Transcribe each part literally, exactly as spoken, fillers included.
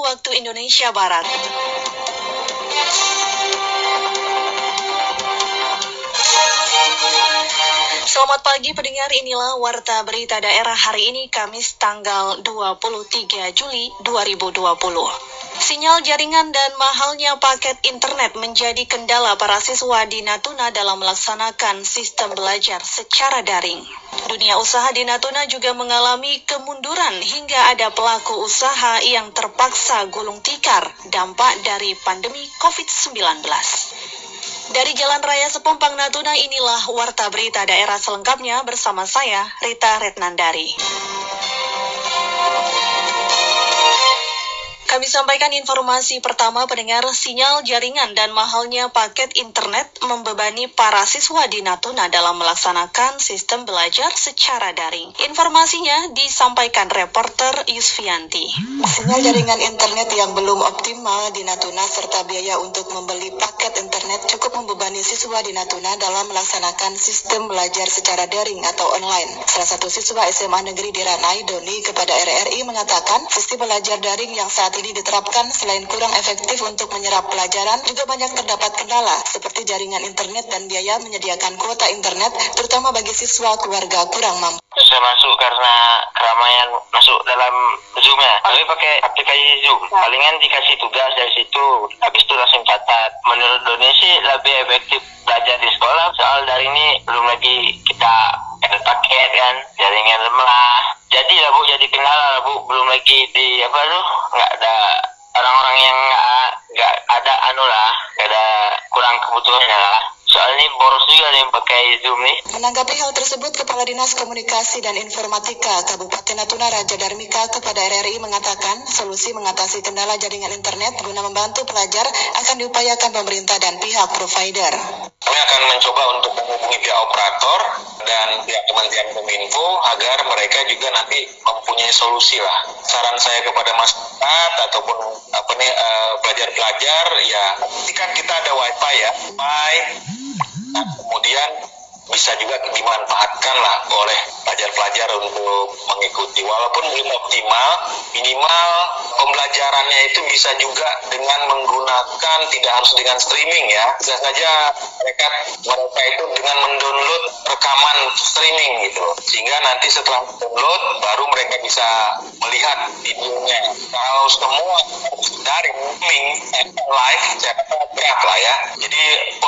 waktu Indonesia Barat. Selamat pagi pendengar, inilah Warta Berita Daerah hari ini Kamis tanggal dua puluh tiga Juli dua ribu dua puluh. Sinyal jaringan dan mahalnya paket internet menjadi kendala para siswa di Natuna dalam melaksanakan sistem belajar secara daring. Dunia usaha di Natuna juga mengalami kemunduran hingga ada pelaku usaha yang terpaksa gulung tikar dampak dari pandemi covid sembilan belas. Dari Jalan Raya Sepompang Natuna, inilah Warta Berita Daerah selengkapnya bersama saya, Rita Retnandari. Kami sampaikan informasi pertama pendengar, sinyal jaringan dan mahalnya paket internet membebani para siswa di Natuna dalam melaksanakan sistem belajar secara daring. Informasinya disampaikan reporter Yusfianti. Sinyal jaringan internet yang belum optimal di Natuna serta biaya untuk membeli paket internet cukup membebani siswa di Natuna dalam melaksanakan sistem belajar secara daring atau online. Salah satu siswa S M A Negeri di Ranai, Doni, kepada R R I mengatakan sistem belajar daring yang saat ini diterapkan selain kurang efektif untuk menyerap pelajaran, juga banyak terdapat kendala seperti jaringan internet dan biaya menyediakan kuota internet, terutama bagi siswa keluarga kurang mampu. Saya masuk karena keramaian masuk dalam Zoom ya. Tapi pakai aplikasi Zoom. Palingan dikasih tugas dari situ, habis itu langsung catat. Menurut Doni sih lebih efektif belajar di sekolah, soal dari ini belum lagi kita ada paket kan, jaringan lemah. Jadi lah Bu, jadi kendala lah Bu, belum lagi di apa tuh, nggak ada orang-orang yang nggak nggak ada anu lah, nggak ada kurang kebutuhannya lah. Soalnya boros juga nih pakai Zoom nih. Menanggapi hal tersebut, Kepala Dinas Komunikasi dan Informatika Kabupaten Natuna Raja Darmika kepada R R I mengatakan solusi mengatasi kendala jaringan internet guna membantu pelajar akan diupayakan pemerintah dan pihak provider. Kami akan mencoba untuk menghubungi pihak operator dan pihak Kementerian Kominfo agar mereka juga nanti mempunyai solusi lah. Saran saya kepada masyarakat ataupun apa nih uh, pelajar-pelajar ya, ketika kita ada wifi ya, wifi, nah, kemudian bisa juga dimanfaatkan lah oleh pelajar-pelajar untuk mengikuti. Walaupun belum optimal, minimal pembelajarannya itu bisa juga dengan menggunakan, tidak harus dengan streaming ya. Bisa saja mereka mereka itu dengan mendownload rekaman streaming gitu. Sehingga nanti setelah download baru mereka bisa melihat videonya. Kalau semua dari streaming live, saya kata berat lah ya. Jadi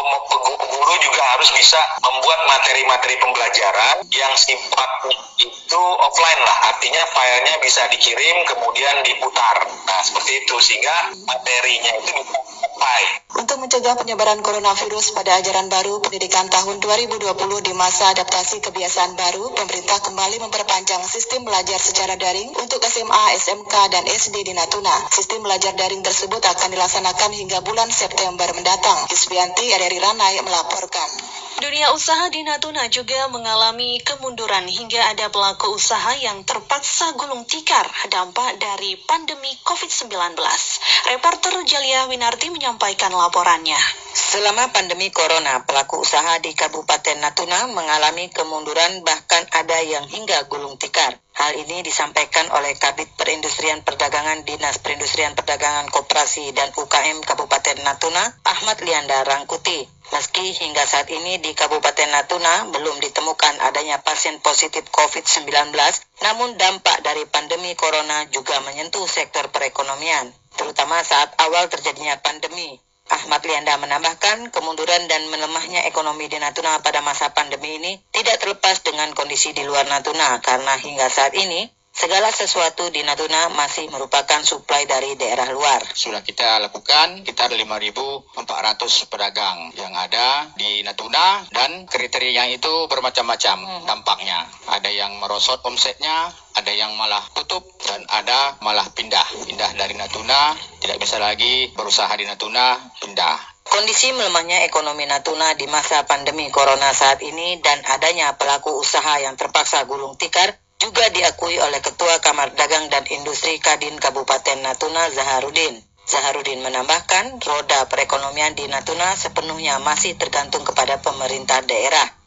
guru juga harus bisa membuat materi-materi pembelajaran yang sifatnya itu offline lah, artinya filenya bisa dikirim kemudian diputar. Nah seperti itu sehingga materinya itu bisa sampai. Untuk mencegah penyebaran coronavirus pada ajaran baru pendidikan tahun dua ribu dua puluh di masa adaptasi kebiasaan baru, pemerintah kembali memperpanjang sistem belajar secara daring untuk S M A, S M K, dan S D di Natuna. Sistem belajar daring tersebut akan dilaksanakan hingga bulan September mendatang. Yusfianti, R R I Ranai melaporkan. Dunia usaha di Natuna juga mengalami kemunduran hingga ada pelaku usaha yang terpaksa gulung tikar dampak dari pandemi covid sembilan belas. Reporter Jalia Winarti menyampaikan laporannya. Selama pandemi corona, pelaku usaha di Kabupaten Natuna mengalami kemunduran, bahkan ada yang hingga gulung tikar. Hal ini disampaikan oleh Kabid Perindustrian Perdagangan Dinas Perindustrian Perdagangan Koperasi dan U K M Kabupaten Natuna, Ahmad Lianda Rangkuti. Meski hingga saat ini di Kabupaten Natuna belum ditemukan adanya pasien positif covid sembilan belas, namun dampak dari pandemi corona juga menyentuh sektor perekonomian, terutama saat awal terjadinya pandemi. Ahmad Lianda menambahkan kemunduran dan melemahnya ekonomi di Natuna pada masa pandemi ini tidak terlepas dengan kondisi di luar Natuna, karena hingga saat ini segala sesuatu di Natuna masih merupakan suplai dari daerah luar. Sudah kita lakukan sekitar lima ribu empat ratus pedagang yang ada di Natuna, dan kriteria itu bermacam-macam dampaknya. Ada yang merosot omsetnya, ada yang malah tutup, dan ada malah pindah. Pindah dari Natuna, tidak bisa lagi berusaha di Natuna, pindah. Kondisi melemahnya ekonomi Natuna di masa pandemi corona saat ini dan adanya pelaku usaha yang terpaksa gulung tikar juga diakui oleh Ketua Kamar Dagang dan Industri Kadin Kabupaten Natuna, Zaharudin. Zaharudin menambahkan, roda perekonomian di Natuna sepenuhnya masih tergantung kepada pemerintah daerah.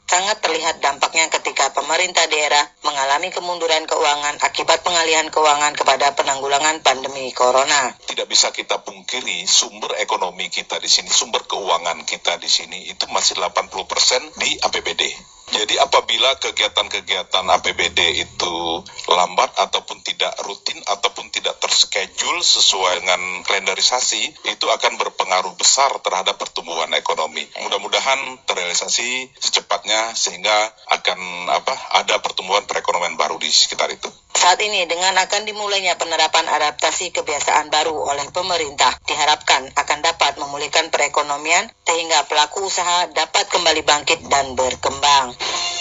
sangat terlihat dampaknya ketika pemerintah daerah mengalami kemunduran keuangan akibat pengalihan keuangan kepada penanggulangan pandemi corona. Tidak bisa kita pungkiri sumber ekonomi kita di sini, sumber keuangan kita di sini itu masih delapan puluh persen di A P B D. Jadi apabila kegiatan-kegiatan A P B D itu lambat ataupun tidak rutin ataupun tidak terschedule sesuai dengan kalendarisasi, itu akan berpengaruh besar terhadap pertumbuhan ekonomi. Mudah-mudahan terrealisasi secepatnya sehingga akan apa ada pertumbuhan perekonomian baru di sekitar itu. Saat ini dengan akan dimulainya penerapan adaptasi kebiasaan baru oleh pemerintah, diharapkan akan dapat memulihkan perekonomian sehingga pelaku usaha dapat kembali bangkit dan berkembang.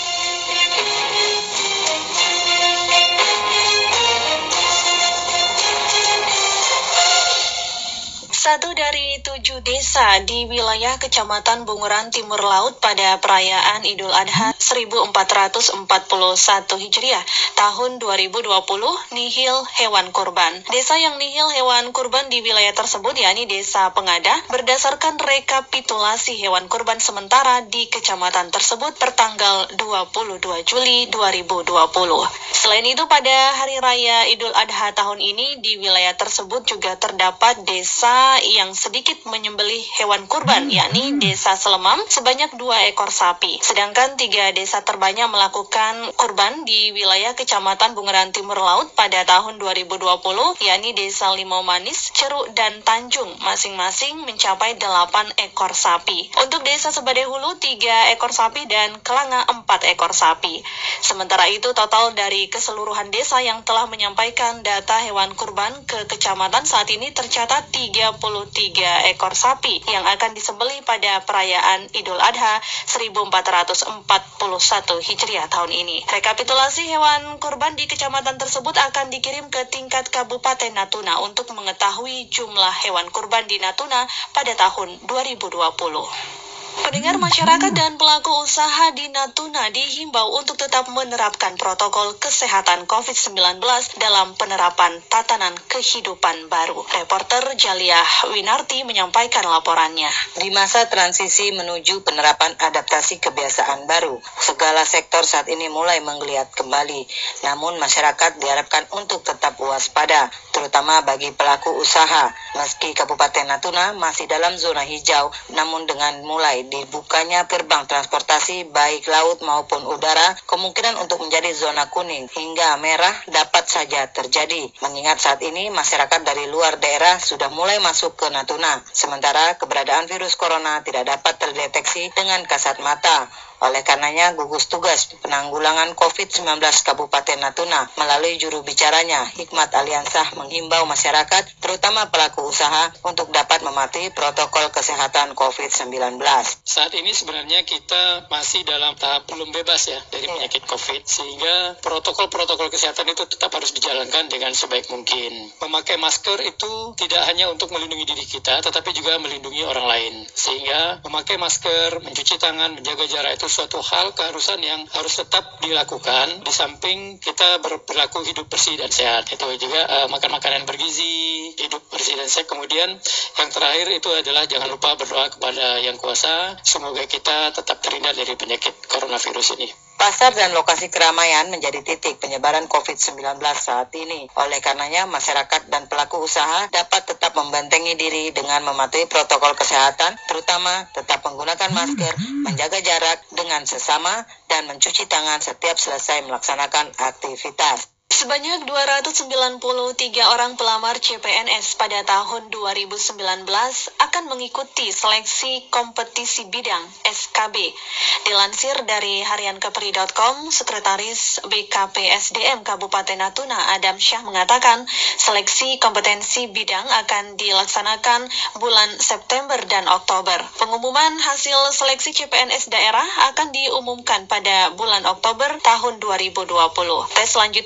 Satu dari tujuh desa di wilayah Kecamatan Bunguran Timur Laut pada perayaan Idul Adha seribu empat ratus empat puluh satu Hijriah tahun dua ribu dua puluh nihil hewan kurban. Desa yang nihil hewan kurban di wilayah tersebut yakni Desa Pengada berdasarkan rekapitulasi hewan kurban sementara di kecamatan tersebut pertanggal dua puluh dua Juli dua ribu dua puluh. Selain itu pada Hari Raya Idul Adha tahun ini di wilayah tersebut juga terdapat desa yang sedikit menyembelih hewan kurban, yakni Desa Selemam sebanyak dua ekor sapi. Sedangkan tiga desa terbanyak melakukan kurban di wilayah Kecamatan Bunguran Timur Laut pada tahun dua ribu dua puluh, yakni Desa Limau Manis, Ceruk, dan Tanjung, masing-masing mencapai delapan ekor sapi. Untuk Desa Sebadehulu, tiga ekor sapi, dan Kelanga, empat ekor sapi. Sementara itu, total dari keseluruhan desa yang telah menyampaikan data hewan kurban ke kecamatan saat ini tercatat tiga puluh tiga ekor sapi yang akan disembelih pada perayaan Idul Adha seribu empat ratus empat puluh satu Hijriah tahun ini. Rekapitulasi hewan kurban di kecamatan tersebut akan dikirim ke tingkat Kabupaten Natuna untuk mengetahui jumlah hewan kurban di Natuna pada tahun dua ribu dua puluh. Pendengar, masyarakat dan pelaku usaha di Natuna dihimbau untuk tetap menerapkan protokol kesehatan covid sembilan belas dalam penerapan tatanan kehidupan baru. Reporter Jaliah Winarti menyampaikan laporannya. Di masa transisi menuju penerapan adaptasi kebiasaan baru, segala sektor saat ini mulai menggeliat kembali. Namun masyarakat diharapkan untuk tetap waspada, terutama bagi pelaku usaha. Meski Kabupaten Natuna masih dalam zona hijau, namun dengan mulai dibukanya gerbang transportasi baik laut maupun udara, kemungkinan untuk menjadi zona kuning hingga merah dapat saja terjadi. Mengingat saat ini masyarakat dari luar daerah sudah mulai masuk ke Natuna, sementara keberadaan virus corona tidak dapat terdeteksi dengan kasat mata. Oleh karenanya, gugus tugas penanggulangan covid sembilan belas Kabupaten Natuna melalui juru bicaranya, Hikmat Aliansah, menghimbau masyarakat, terutama pelaku usaha, untuk dapat mematuhi protokol kesehatan covid sembilan belas. Saat ini sebenarnya kita masih dalam tahap belum bebas ya dari penyakit COVID, sehingga protokol-protokol kesehatan itu tetap harus dijalankan dengan sebaik mungkin. Memakai masker itu tidak hanya untuk melindungi diri kita, tetapi juga melindungi orang lain. Sehingga memakai masker, mencuci tangan, menjaga jarak itu suatu hal keharusan yang harus tetap dilakukan, di samping kita berlaku hidup bersih dan sehat. Itu juga uh, makan makanan bergizi, hidup bersih dan sehat. Kemudian yang terakhir itu adalah jangan lupa berdoa kepada Yang Kuasa, semoga kita tetap terhindar dari penyakit coronavirus ini. Pasar dan lokasi keramaian menjadi titik penyebaran covid sembilan belas saat ini. Oleh karenanya, masyarakat dan pelaku usaha dapat tetap membentengi diri dengan mematuhi protokol kesehatan, terutama tetap menggunakan masker, menjaga jarak dengan sesama, dan mencuci tangan setiap selesai melaksanakan aktivitas. Sebanyak dua ratus sembilan puluh tiga orang pelamar C P N S pada tahun dua ribu sembilan belas akan mengikuti seleksi kompetisi bidang S K B. Dilansir dari harian kepri titik com, Sekretaris B K P S D M Kabupaten Natuna Adam Syah mengatakan seleksi kompetensi bidang akan dilaksanakan bulan September dan Oktober. Pengumuman hasil seleksi C P N S daerah akan diumumkan pada bulan Oktober tahun dua ribu dua puluh. Tes lanjutan penerimaan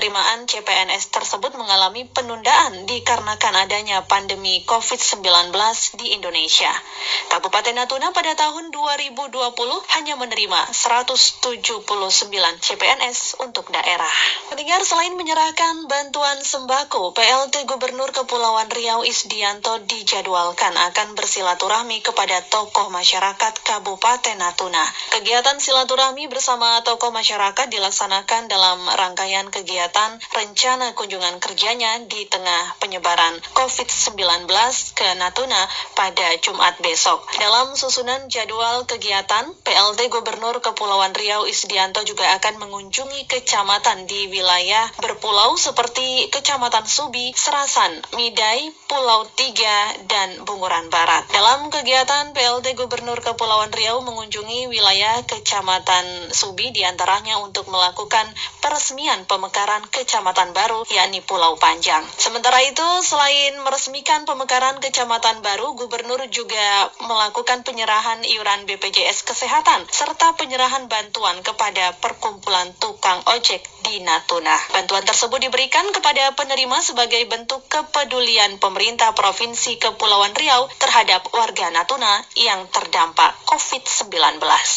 penerimaan C P N S tersebut mengalami penundaan dikarenakan adanya pandemi covid sembilan belas di Indonesia. Kabupaten Natuna pada tahun dua ribu dua puluh hanya menerima seratus tujuh puluh sembilan C P N S untuk daerah. Pendengar, selain menyerahkan bantuan sembako, P L T Gubernur Kepulauan Riau Isdianto dijadwalkan akan bersilaturahmi kepada tokoh masyarakat Kabupaten Natuna. Kegiatan silaturahmi bersama tokoh masyarakat dilaksanakan dalam rangkaian kegiatan rencana kunjungan kerjanya di tengah penyebaran covid sembilan belas ke Natuna pada Jumat besok. Dalam susunan jadwal kegiatan, P L T Gubernur Kepulauan Riau Isdianto juga akan mengunjungi kecamatan di wilayah berpulau seperti Kecamatan Subi, Serasan, Midai, Pulau Tiga, dan Bunguran Barat. Dalam kegiatan, P L T Gubernur Kepulauan Riau mengunjungi wilayah Kecamatan Subi diantaranya untuk melakukan peresmian pemekaran kecamatan baru, yakni Pulau Panjang. Sementara itu, selain meresmikan pemekaran kecamatan baru, Gubernur juga melakukan penyerahan iuran B P J S Kesehatan serta penyerahan bantuan kepada perkumpulan tukang ojek di Natuna. Bantuan tersebut diberikan kepada penerima sebagai bentuk kepedulian pemerintah Provinsi Kepulauan Riau terhadap warga Natuna yang terdampak covid sembilan belas.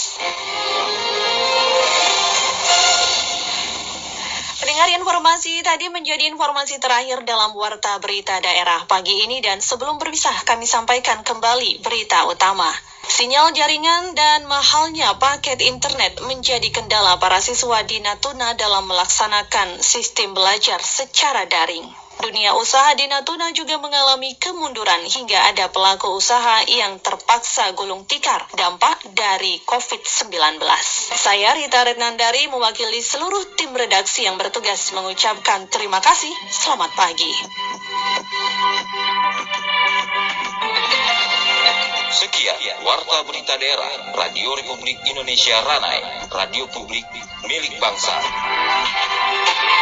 Pendengar, informasi tadi menjadi informasi terakhir dalam Warta Berita Daerah pagi ini, dan sebelum berpisah kami sampaikan kembali berita utama. Sinyal jaringan dan mahalnya paket internet menjadi kendala para siswa di Natuna dalam melaksanakan sistem belajar secara daring. Dunia usaha di Natuna juga mengalami kemunduran hingga ada pelaku usaha yang terpaksa gulung tikar dampak dari covid sembilan belas. Saya Rita Retnandari mewakili seluruh tim redaksi yang bertugas mengucapkan terima kasih. Selamat pagi. Sekian Warta Berita Daerah Radio Republik Indonesia Ranai, radio publik milik bangsa.